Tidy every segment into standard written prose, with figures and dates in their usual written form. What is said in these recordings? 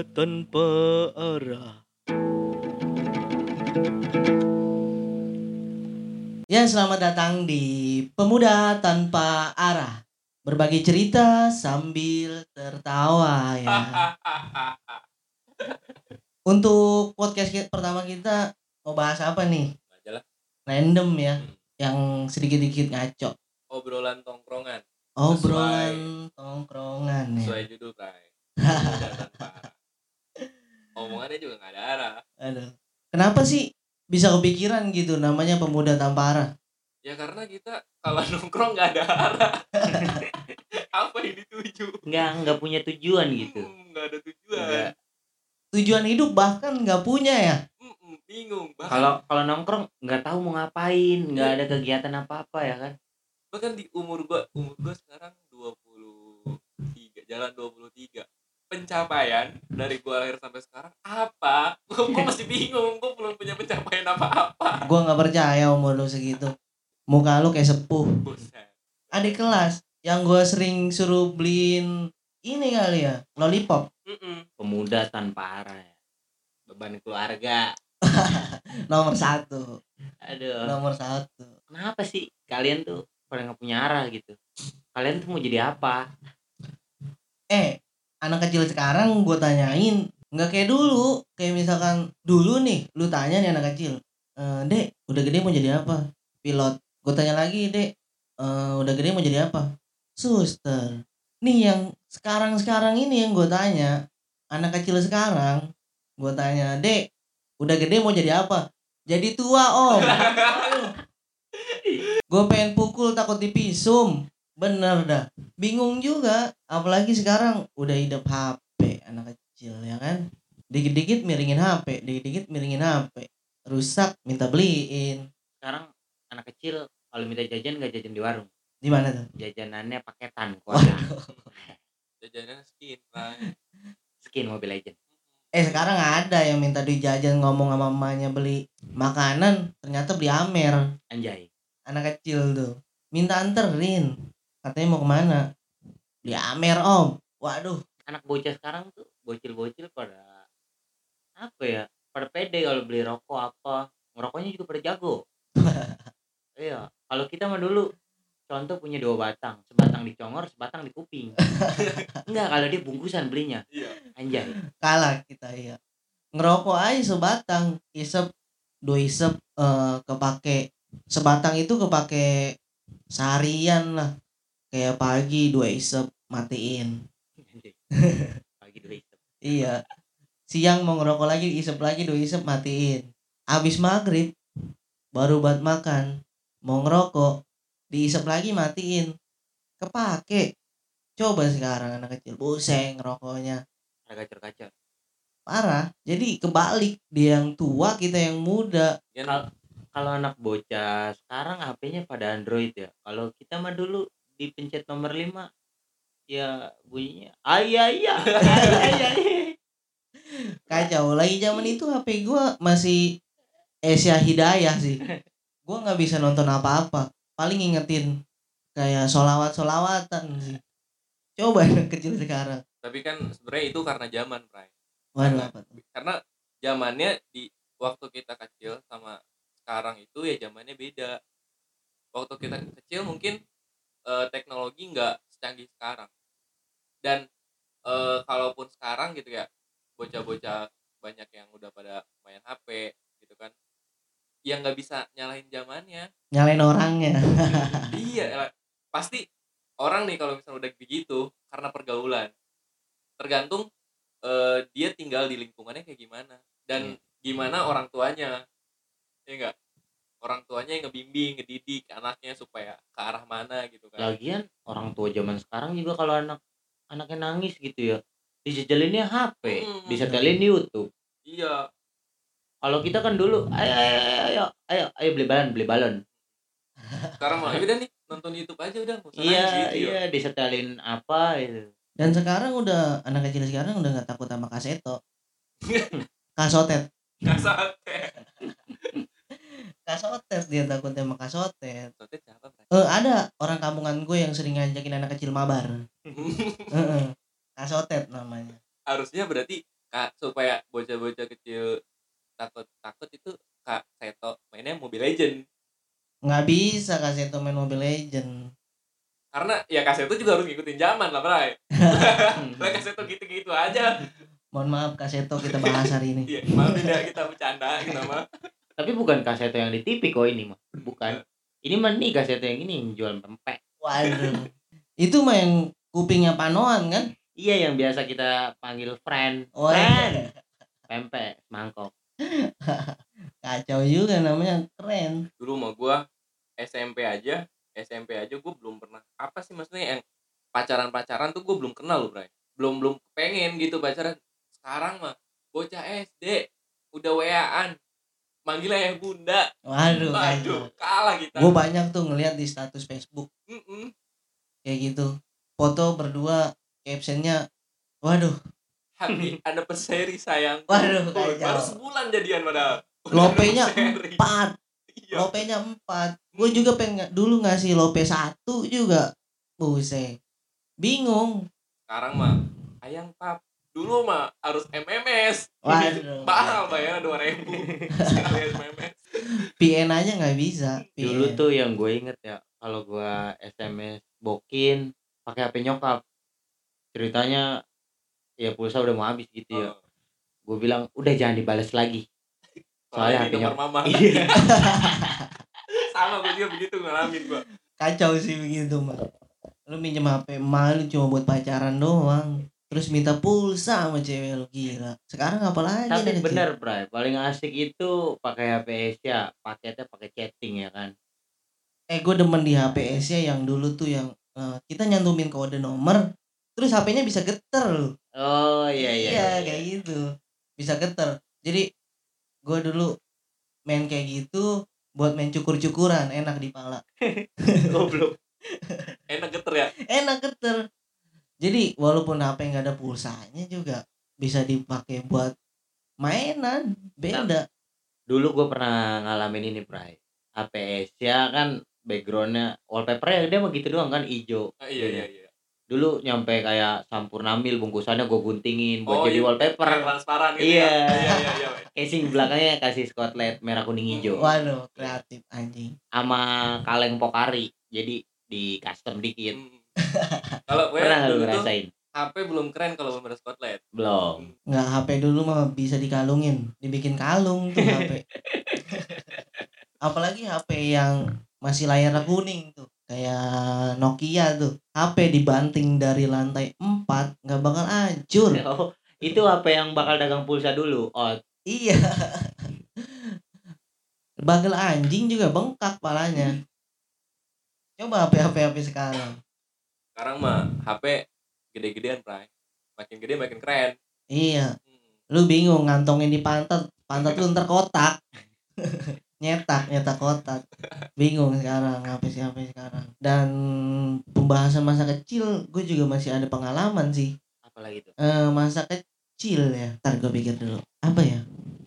tanpa arah. Ya, selamat datang di Pemuda Tanpa Arah. Berbagi cerita sambil tertawa ya. Untuk podcast pertama kita mau bahas apa nih? Aja lah. Random ya, yang sedikit-sedikit ngaco. Obrolan tongkrongan. Obrolan tongkrongan ya. Sesuai judul, Pray. Pemuda tanpa arah. Omongannya juga gak ada arah. Aduh. Kenapa sih bisa kepikiran gitu namanya Pemuda Tanpa Arah? Ya karena kita kalau nongkrong gak ada arah. Apa yang dituju? Nggak punya tujuan gitu. Gak ada tujuan. Nggak. Tujuan hidup bahkan nggak punya ya. Bingung. Kalau nongkrong nggak tahu mau ngapain, nggak ada kegiatan apa-apa ya kan. Bahkan di umur gua sekarang 23, jalan 23. Pencapaian dari gua lahir sampai sekarang apa? Gua masih bingung, gua belum punya pencapaian apa-apa. Gua nggak percaya umur lu segitu. Muka lu kayak sepuh. Buset. Adik kelas yang gua sering suruh beliin ini kali ya, lollipop. Pemuda tanpa arah ya. Beban keluarga. Nomor 1. Aduh. Nomor 1. Kenapa sih kalian tuh pada nggak punya arah gitu? Kalian tuh mau jadi apa? Anak kecil sekarang gue tanyain nggak kayak dulu. Kayak misalkan dulu nih lu tanya nih anak kecil, Dek udah gede mau jadi apa? Pilot. Gue tanya lagi, Dek udah gede mau jadi apa? Suster. Nih yang sekarang ini yang gue tanya, anak kecil sekarang gue tanya, Dek udah gede mau jadi apa? Jadi tua om. Gue pengen pukul takut dipisum. Bener dah. Bingung juga. Apalagi sekarang udah hidup HP anak kecil ya kan. Dikit-dikit miringin HP. Dikit-dikit miringin HP. Rusak minta beliin. Sekarang anak kecil kalau minta jajan nggak jajan di warung. Di mana tuh? Jajanannya paketan kuota. Jajannya skin, Pray. Skin Mobile Legend. Sekarang ada yang minta duit jajan ngomong sama mamanya beli makanan. Ternyata beli Amer. Anjay. Anak kecil tuh. Minta anterin. Katanya mau kemana? Beli Amer om. Waduh. Anak bocah sekarang tuh bocil-bocil pada apa ya? Pada pede kalau beli rokok apa. Ngerokoknya juga pada jago. Iya. Kalau kita mah dulu contoh punya 2 batang. Sebatang di congor, sebatang di kuping. Enggak, kalau dia bungkusan belinya. Iya. Anjay. Kalah kita ya. Ngerokok aja sebatang. Isep 2 isep kepake. Sebatang itu kepake seharian lah. Kayak pagi 2 isep matiin. Pagi 2 isep. Iya. Siang mau ngerokok lagi isep lagi 2 isep matiin. Abis maghrib baru buat makan. Mau ngerokok diisep lagi matiin. Kepake. Coba sekarang anak kecil buseng ngerokoknya. Kacor-kacor. Parah. Jadi kebalik. Dia yang tua kita yang muda. Kalau anak bocah sekarang HP-nya pada Android ya. Kalau kita mah dulu dipencet nomor 5 ya bunyinya ayah. Kacau. Lagi zaman itu HP gua masih Asia Hidayah sih. Gua nggak bisa nonton apa-apa. Paling ngingetin kayak solawatan sih. Coba anak kecil sekarang. Tapi kan sebenarnya itu karena zaman, Pray. Waduh apa tuh? Karena zamannya di waktu kita kecil sama sekarang itu ya zamannya beda. Waktu kita kecil mungkin teknologi nggak secanggih sekarang. Dan kalaupun sekarang gitu ya, bocah-bocah banyak yang udah pada main HP gitu kan, yang nggak bisa nyalahin zamannya. Nyalain orangnya. Iya, pasti orang nih kalau misalnya udah begitu karena pergaulan. Tergantung dia tinggal di lingkungannya kayak gimana dan gimana orang tuanya, ya enggak, orang tuanya yang ngebimbing, ngedidik anaknya supaya ke arah mana gitu kan. Lagian orang tua zaman sekarang juga kalau anaknya nangis gitu ya, dijejelinnya HP, disetelin YouTube. Iya. Kalau kita kan dulu ayo beli balon. Sekarang mah udah nih nonton YouTube aja udah. Iya, disetelin apa itu. Dan sekarang udah anak kecil sekarang udah nggak takut sama kaseto. Kasotet dia takut sama kasotet. Sotet siapa, Bray? Ada orang kampungan gue yang sering ngajakin anak kecil mabar. Kasotet namanya. Harusnya berarti supaya bocah-bocah kecil takut itu Kak Seto mainnya Mobile Legend. Nggak bisa Kak Seto main Mobile Legend. Karena ya Kak Seto juga harus ngikutin zaman lah, Bray. Lah Kak Seto gitu-gitu aja. Mohon maaf Kak Seto, kita bahas hari ini. Iya, maaf tidak kita bercanda kita mah. Tapi bukan kaseto yang di TV kok ini mah. Bukan. Ini mah nih kaseto yang ini yang jual pempek. Waduh. Itu mah yang kupingnya Panoan kan? Iya, yang biasa kita panggil friend. Wah. Friend. Pempek, mangkok. Kacau juga namanya, keren. Dulu mah gua SMP aja gua belum pernah apa sih maksudnya yang pacaran tuh gua belum kenal loh, Bray. Belum pengen gitu pacaran. Sekarang mah bocah SD udah WA-an manggil ayah bunda. Waduh, kalah kita. Gue banyak tuh ngeliat di status Facebook kayak gitu, foto berdua, captionnya waduh, Happy anniversary sayang. Waduh, baru kacau. sebulan jadian padahal. Lopenya Anniversary. 4. Iya. Lopenya 4. Gue juga pengen dulu ngasih lope 1 juga. Buset. Bingung. Sekarang mah ayang pap. Dulu mah harus MMS. Waduh. Mahal bayar 2.000 sekali MMS. PN aja nggak bisa. PN. Dulu tuh yang gue inget ya, kalau gue SMS bokin pakai HP nyokap, ceritanya ya pulsa udah mau habis gitu ya. Gue bilang udah jangan dibales lagi. Soalnya di nomor mama. Iya. Sama gue juga begitu ngalamin gue. Kacau sih begitu mah. Lu minjem HP emak lu cuma buat pacaran doang. Terus minta pulsa sama cewek lu, gila. Sekarang apalagi? Tapi bener Bray, paling asik itu pakai HP Asia, paketnya pakai chatting ya kan. Gue demen di HP Asia yang dulu tuh yang kita nyantumin kode nomor, terus HP-nya bisa geter loh. Oh iya. Kayak gitu. Bisa geter. Jadi gue dulu main kayak gitu buat main cukur-cukuran, enak di pala. Goblok. Enak geter ya. Enak geter. Jadi walaupun HP nggak ada pulsanya juga bisa dipakai buat mainan. Beda. Dulu gue pernah ngalamin ini Bray. HP Asia kan backgroundnya wallpapernya dia mah gitu doang kan, hijau. Iya. Dulu nyampe kayak Sampurnamil bungkusannya gue guntingin buat jadi iya. wallpaper. Transparan gitu. Iya. Iya. Casing belakangnya kasih spotlight merah kuning hijau. Waduh, kreatif anjing. Sama kaleng Pokari. Jadi di custom dikit. Kalau gue Pernah dulu lu tuh ngerasain? HP belum keren kalau belum ada spotlight. Belum. Nggak, HP dulu mah bisa dikalungin, dibikin kalung tuh HP. Apalagi HP yang masih layarnya kuning tuh, kayak Nokia tuh. HP dibanting dari lantai 4 nggak bakal hancur. Oh, itu HP yang bakal dagang pulsa dulu. Oh, Iya. Bagel anjing juga bengkak palanya. Coba HP sekarang. Sekarang mah HP gede-gedean, Pray. Makin gede makin keren. Iya. Lu bingung ngantongin di pantat lu ntar kotak. nyetak kotak. Bingung sekarang HP sekarang. Dan pembahasan masa kecil, gue juga masih ada pengalaman sih. apalagi tuh? Masa kecil ya. Ntar gue pikir dulu. Apa ya?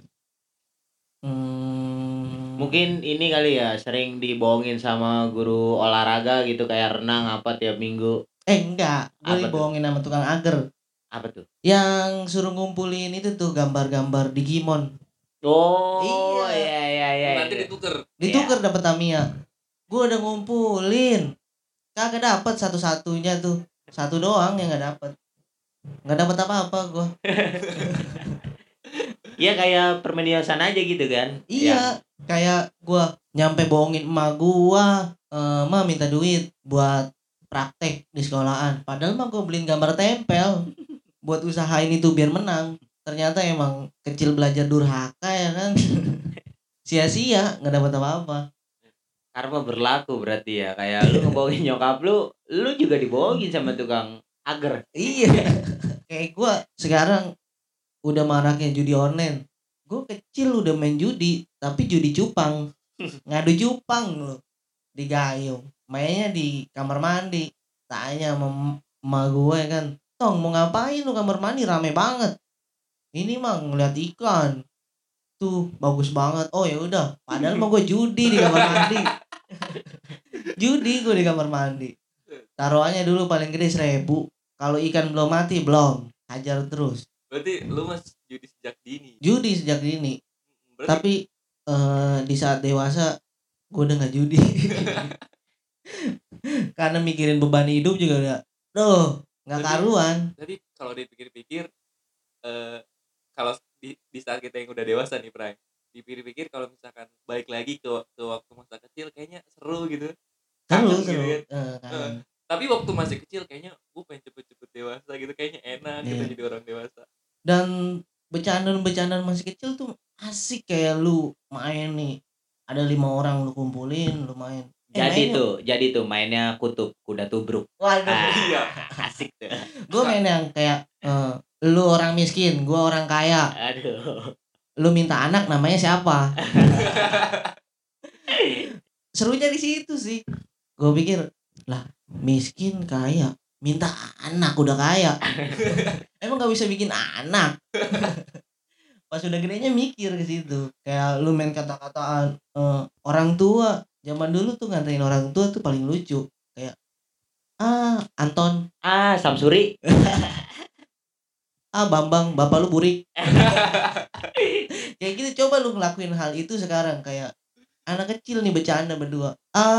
Mungkin ini kali ya, sering dibohongin sama guru olahraga gitu, kayak renang apa tiap minggu. Enggak, gue Apa tuh? dibohongin sama tukang ager. Apa tuh? Yang suruh ngumpulin itu tuh gambar-gambar Digimon. Oh Iya. iya. Nanti ditukar. Ditukar dapet Tamiya. Gue udah ngumpulin. Kagak dapet satu-satunya tuh. Satu doang yang gak dapet. Gak dapet apa-apa gue. Iya kayak permediosan aja gitu kan. Iya. Kayak gue nyampe bohongin emak gue. Emak minta duit buat praktek di sekolahan. Padahal mah gue beliin gambar tempel. Buat usahain itu biar menang. Ternyata emang kecil belajar durhaka ya kan. Sia-sia gak dapat apa-apa. Karma berlaku berarti ya. Kayak lu ngebohongin nyokap lu juga dibohongin sama tukang ager. Iya. Kayak gue sekarang udah maraknya judi online. Gue kecil udah main judi, tapi judi cupang. Ngadu cupang loh. Di gayung. Mainnya di kamar mandi. Tanya sama emak gue kan, "Tong, mau ngapain lu kamar mandi rame banget?" "Ini mah ngeliat ikan." "Tuh, bagus banget." "Oh ya udah." Padahal mau gue judi di kamar mandi. Judi gue di kamar mandi. Taruhannya dulu paling gede 1.000. Kalau ikan belum mati belum, hajar terus. Berarti lu mas judi sejak dini. Judi sejak dini. Berarti Tapi di saat dewasa gue udah nggak judi. Karena mikirin beban hidup juga udah nggak Tapi- karuan. tapi kalau dipikir-pikir kalau di saat kita yang udah dewasa nih Pray, dipikir-pikir kalau misalkan balik lagi ke waktu masa kecil kayaknya seru gitu. Kangen gitu kan. Kangen. Tapi waktu masih kecil kayaknya gue pengen cepet-cepet dewasa gitu, kayaknya enak gitu Iya. jadi orang dewasa. Dan bercandaan masih kecil tuh asik, kayak lu main nih, ada 5 orang lu kumpulin, lu main. Jadi tuh mainnya kutub kuda tubruk. Waduh. Iya. Asik tuh. Gue main yang kayak lu orang miskin, gua orang kaya. Aduh. Lu minta anak namanya siapa? Serunya di situ sih. Gue pikir lah miskin kaya minta anak udah kaya. Emang nggak bisa bikin anak? Pas udah gedenya mikir ke situ. Kayak lu main kata-kataan orang tua. Zaman dulu tuh ngatain orang tua tuh paling lucu. Kayak Anton, Samsuri. Bambang, bapak lu burik. Kayak gitu, coba lu ngelakuin hal itu sekarang. Kayak anak kecil nih bercanda berdua.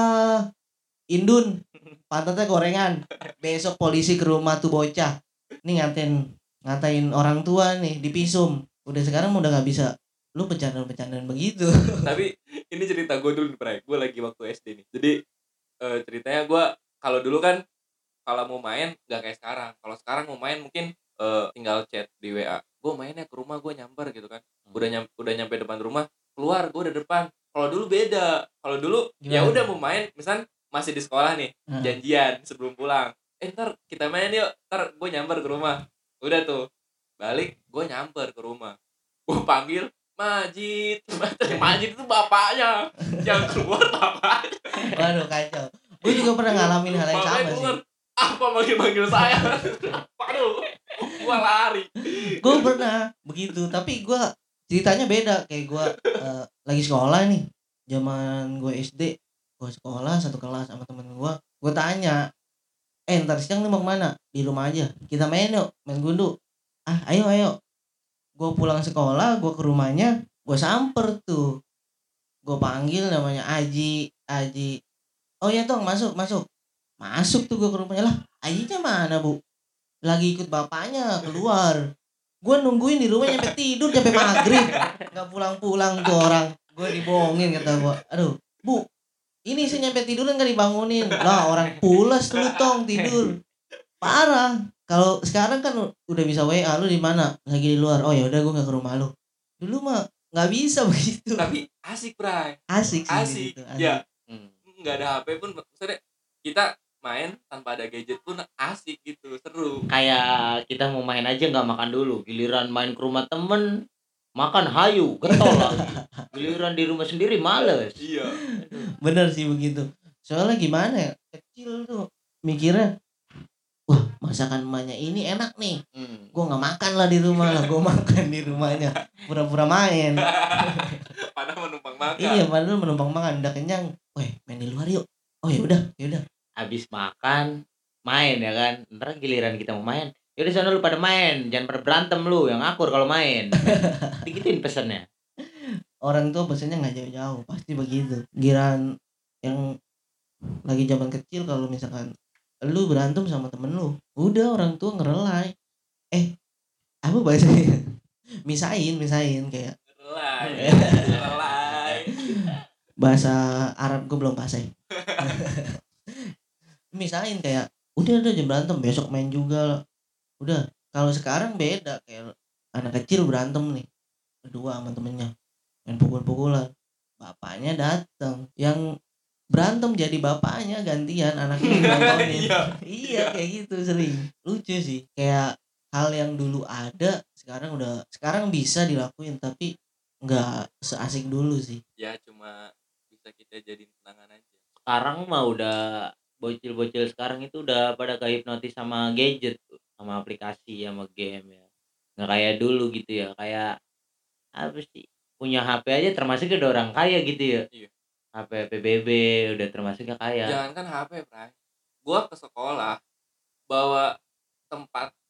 Indun, pantatnya gorengan. Besok polisi ke rumah tuh bocah. Nih ngatain orang tua nih di pisum. Udah sekarang udah nggak bisa. Lu bercandaan begitu. Tapi ini cerita gue dulu nih Pray, gue lagi waktu SD nih. Jadi ceritanya gue kalau dulu kan kalau mau main nggak kayak sekarang. Kalau sekarang mau main mungkin tinggal chat di WA. Gue mainnya ke rumah, gue nyamper gitu kan. Udah nyampe depan rumah, keluar gue udah depan. Kalau dulu beda. Kalau dulu ya Gimana? udah mau main, misal masih di sekolah nih, janjian sebelum pulang. Ntar kita main yuk. Ntar gue nyamper ke rumah. Udah tuh balik, gue nyamper ke rumah. Gue panggil Majid. Majid itu bapaknya. Yang keluar bapaknya. Waduh kacau. Gue juga pernah ngalamin hal yang sama sih. Apa manggil saya? Waduh, gue lari. Gue pernah begitu, tapi gue ceritanya beda. Kayak gue lagi sekolah nih, zaman gue SD, gue sekolah satu kelas sama temen gue tanya, ntar siang lu mau kemana? Di rumah aja, kita main yuk, main gundu. Ayo. Gue pulang sekolah, gue ke rumahnya, gue samper tuh, gue panggil namanya Aji. Oh ya Tong, masuk tuh gue ke rumahnya. Lah Ajinya mana bu? Lagi ikut bapaknya keluar. Gue nungguin di rumah nyampe tidur sampai maghrib, nggak pulang tuh orang. Gue dibohongin kata gue. Aduh bu, ini saya nyampe tiduran nggak dibangunin. Lah orang pulas lu Tong tidur. Parah. Kalau sekarang kan udah bisa WA, lu di mana? Lagi di luar. Oh ya udah gue nggak ke rumah lu. Dulu mah nggak bisa begitu. Tapi asik Bray. Asik sih Asik. gitu. Ya nggak ada HP pun, maksudnya kita main tanpa ada gadget pun asik gitu, seru. Kayak kita mau main aja nggak makan dulu, giliran main ke rumah temen makan hayu getol lagi. Giliran di rumah sendiri males. Iya. Bener sih begitu. Soalnya gimana ya, kecil tuh mikirnya, wah masakan emaknya ini enak nih, gue nggak makan lah di rumah lah, gue makan di rumahnya, pura-pura main. Padahal menumpang makan. Iya, padahal menumpang makan, udah kenyang, weh main di luar yuk. Oh ya udah. Habis makan main ya kan, ntar giliran kita mau main, yaudah sana lu pada main, jangan pada berantem lu, yang akur kalau main. Digituin pesannya. Orang tua pesennya nggak jauh-jauh, pasti begitu. Giran yang lagi zaman kecil, kalau misalkan lu berantem sama temen lu, udah orang tua ngerelai. Apa bahasanya? misain kayak Relai. bahasa Arab gue belum fasih. Misain kayak udah jam berantem, besok main juga. Udah. Kalau sekarang beda, kayak anak kecil berantem nih berdua sama temennya, main pukul-pukulan, bapaknya datang, yang berantem jadi bapaknya gantian, anaknya nontonin. Iya kayak gitu sering. Lucu sih, kayak hal yang dulu ada sekarang bisa dilakuin, tapi nggak seasik dulu sih. Ya cuma bisa kita jadiin kenangan aja. Sekarang mah udah bocil-bocil sekarang itu udah pada kehipnotis sama gadget, sama aplikasi, sama game ya. Nggak kayak dulu gitu ya, kayak apa sih, punya HP aja termasuk udah orang kaya gitu ya. Iya. HP PBB udah termasuknya kaya. Jangankan HP, Bray. Gua ke sekolah bawa tempat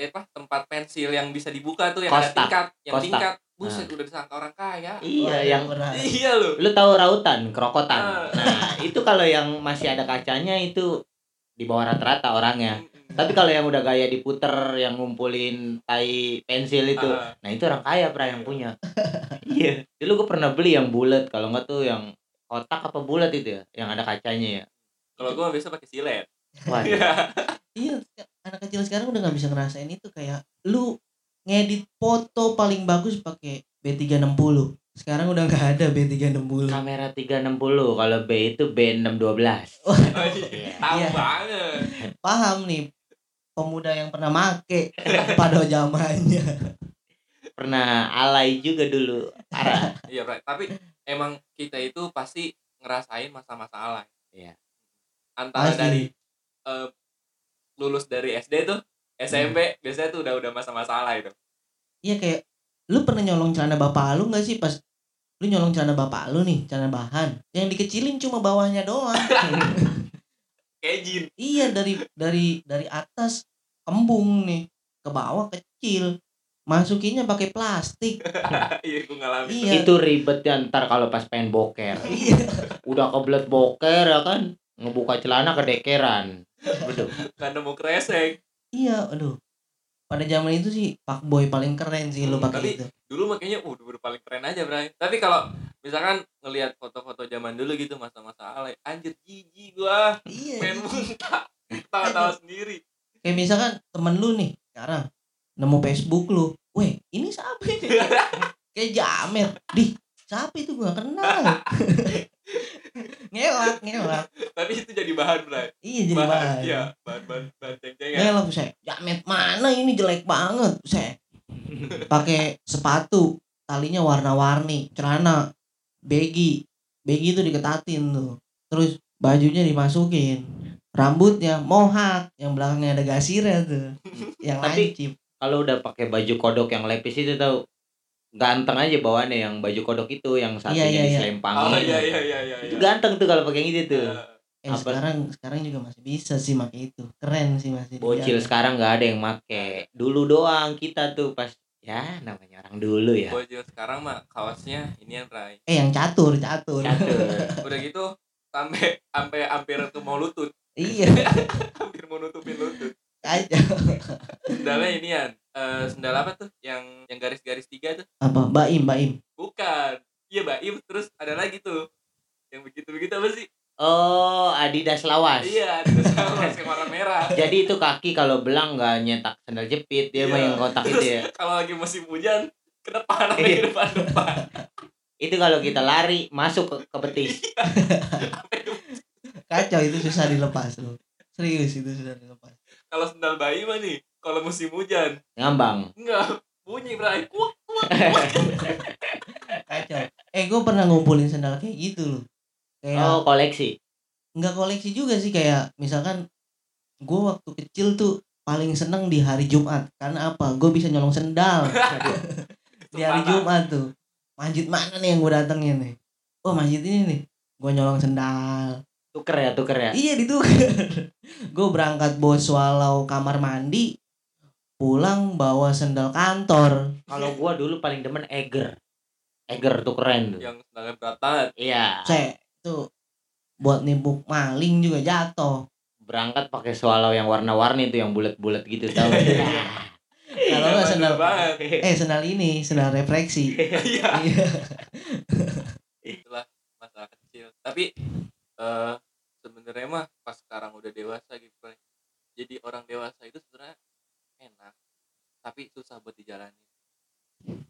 tempat pensil yang bisa dibuka tuh yang ada Kostak. tingkat, yang Kostak. tingkat. Buset, udah disangka orang kaya. Iya, Wah, yang berat. Iya loh. lu tahu rautan, kerokotan. Ah. Nah, itu kalau yang masih ada kacanya itu di bawah rata-rata orangnya. Mm-mm. Tapi kalau yang udah gaya diputer, yang ngumpulin tai pensil itu, Ah. nah itu orang kaya yang punya. Iya. Dulu gue pernah beli yang bulat, kalau nggak tuh yang kotak apa bulat itu ya, yang ada kacanya ya. Kalau gua biasa pakai silet. Wah, Iya, anak kecil sekarang udah nggak bisa ngerasain itu. Kayak lu ngedit foto paling bagus pakai B360. Sekarang udah nggak ada B360. kamera 360, kalau B itu B612. Oh, Iya. tahu Iya. banget. Paham nih pemuda yang pernah make pada zamannya. Pernah alay juga dulu, parah. Iya, Bray. Tapi emang kita itu pasti ngerasain masa-masa alay. Iya. Antara Pasti. dari lulus dari SD tuh, SMP biasanya tuh udah masa-masa alay tuh. Iya, kayak lu pernah nyolong celana bapak lu nggak sih? Pas lu nyolong celana bapak lu nih, celana bahan, yang dikecilin cuma bawahnya doang. Kayak jin. Iya, dari atas kembung nih ke bawah kecil, masukinnya pakai plastik. Iya, gua ngalamin. Iya. Itu ribetnya ntar kalau pas pengen boker. Iya. Udah kebelet boker ya kan, ngebuka celana kedekeran. Betul. Kan nemu kresek. Iya, aduh. Pada zaman itu sih fuckboy paling keren sih lu Tapi pakai itu. dulu makanya udah paling keren aja, Bray. Tapi kalau misalkan ngelihat foto-foto zaman dulu gitu masa-masa alay, anjir jijik gua. Iya. Main muntah. Tawa-tawa sendiri. Kayak misalkan temen lu nih sekarang nemu Facebook lu, weh ini siapa ini? Kayak jamet, di siapa itu gua gak kenal. ngelak. Tapi itu jadi bahan, Bray. Iya jadi bahan. Iya, bahan ceng-cengan. Ngelak saya, jamet mana ini jelek banget saya. Pakai sepatu, talinya warna-warni, celana baggy itu diketatin tuh. Terus bajunya dimasukin, rambutnya mohak, yang belakangnya ada gasirnya tuh, yang Tapi lancip. kalau udah pakai baju kodok yang lepis itu tahu ganteng aja bawaannya, yang baju kodok itu yang satunya Iya. diselempangin. Oh iya. Itu ganteng tuh kalau pakai yang itu tuh. Apa? Sekarang juga masih bisa sih pakai itu, keren sih masih. Bocil dijaga. sekarang nggak ada yang make. Dulu doang kita tuh pas ya namanya orang dulu ya. Bocil sekarang mah kaosnya inian, Bray. Yang catur. Catur. Udah gitu sampai hampir ke mau lutut. Iya. Hampir mau nutupin lutut. Aja. Sendalnya inian. Sendal apa tuh? Yang garis-garis 3 tuh? Apa? Baim. Bukan. Iya, Baim, terus ada lagi tuh. Yang begitu-begitu apa sih? Oh, Adidas lawas. Iya, ada sama yang warna merah. Jadi itu kaki kalau belang nggak nyetak sandal jepit, dia mah Iya. yang kotak Terus, itu ya. kalau lagi musim hujan ke depan sampai Iya. ke depan. Itu kalau kita lari masuk ke betis. Kacau itu, susah dilepas loh. Serius itu susah dilepas. Kalau sendal bayi mah nih, kalau musim hujan Ngambang. enggak bunyi, Bray. Kuak. Kacau. Gue pernah ngumpulin sendal kayak gitu loh. Kayak Oh, koleksi. nggak koleksi juga sih, kayak misalkan gue waktu kecil tuh paling seneng di hari Jumat. Karena apa? Gue bisa nyolong sendal di hari Jumat tuh. Masjid mana nih yang gue datengin nih? Oh, masjid ini nih. Gue nyolong sendal. Tuker ya. Iya, ditukar. Gue berangkat bawa swallow kamar mandi, pulang bawa sendal kantor. Kalau gua dulu paling demen Eger. Eger tuh keren tuh. Yang sendalnya berat banget. Iya. Tuh buat nimbuk maling juga jatuh. Berangkat pakai swallow yang warna-warni tuh, yang bulat-bulat gitu tahu. Kalau nggak sendal, banget. sendal ini, sendal refleksi. Iya. Iya. Itulah masa kecil. Tapi sebenarnya mah pas sekarang udah dewasa gitu, Bray. Jadi orang dewasa itu sebenarnya enak, tapi susah buat dijalani.